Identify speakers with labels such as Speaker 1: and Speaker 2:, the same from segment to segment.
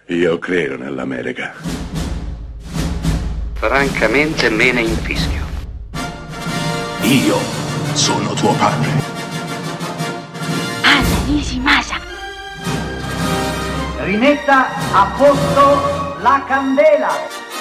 Speaker 1: Io credo nell'America.
Speaker 2: Francamente me ne infischio.
Speaker 3: Io sono tuo padre.
Speaker 4: Anna Nishimasa.
Speaker 5: Rimetta a posto la candela.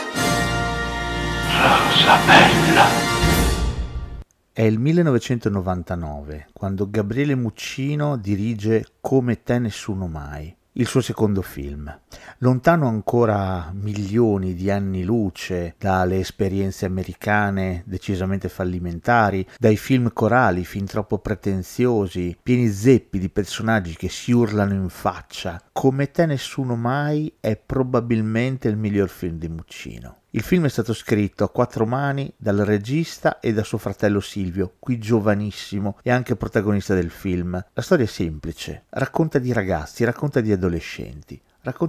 Speaker 3: Rosa bella.
Speaker 6: È il 1999, quando Gabriele Muccino dirige Come te nessuno mai, il suo secondo film. Lontano ancora milioni di anni luce dalle esperienze americane decisamente fallimentari, dai film corali fin troppo pretenziosi, pieni zeppi di personaggi che si urlano in faccia, Come te nessuno mai è probabilmente il miglior film di Muccino. Il film è stato scritto a quattro mani dal regista e da suo fratello Silvio, qui giovanissimo e anche protagonista del film. La storia è semplice, racconta di ragazzi, racconta di adolescenti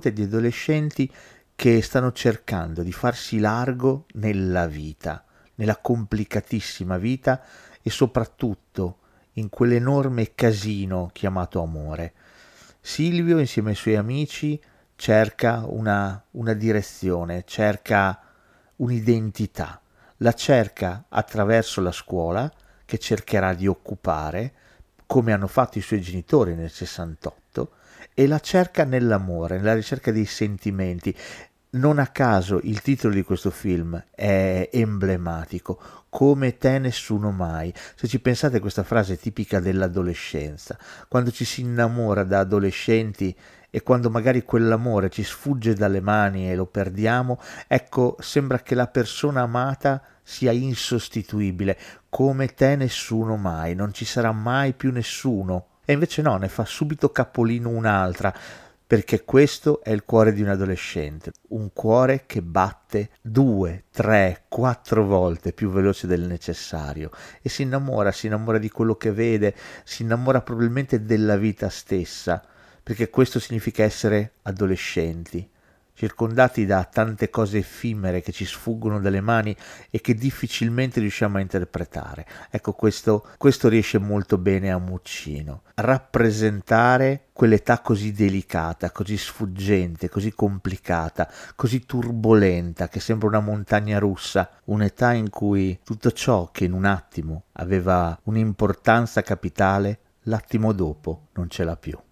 Speaker 6: che stanno cercando di farsi largo nella vita, nella complicatissima vita e soprattutto in quell'enorme casino chiamato amore. Silvio insieme ai suoi amici cerca una direzione, cerca un'identità, la cerca attraverso la scuola che cercherà di occupare come hanno fatto i suoi genitori nel 68 e la cerca nell'amore, nella ricerca dei sentimenti. Non a caso il titolo di questo film è emblematico, Come te nessuno mai. Se ci pensate, questa frase è tipica dell'adolescenza, quando ci si innamora da adolescenti e quando magari quell'amore ci sfugge dalle mani e lo perdiamo, ecco, sembra che la persona amata sia insostituibile, come te nessuno mai, non ci sarà mai più nessuno. E invece no, ne fa subito capolino un'altra, perché questo è il cuore di un adolescente, un cuore che batte 2, 3, 4 volte più veloce del necessario e si innamora di quello che vede, si innamora probabilmente della vita stessa, perché questo significa essere adolescenti, circondati da tante cose effimere che ci sfuggono dalle mani e che difficilmente riusciamo a interpretare. Ecco, questo riesce molto bene a Muccino, rappresentare quell'età così delicata, così sfuggente, così complicata, così turbolenta, che sembra una montagna russa, un'età in cui tutto ciò che in un attimo aveva un'importanza capitale, l'attimo dopo non ce l'ha più.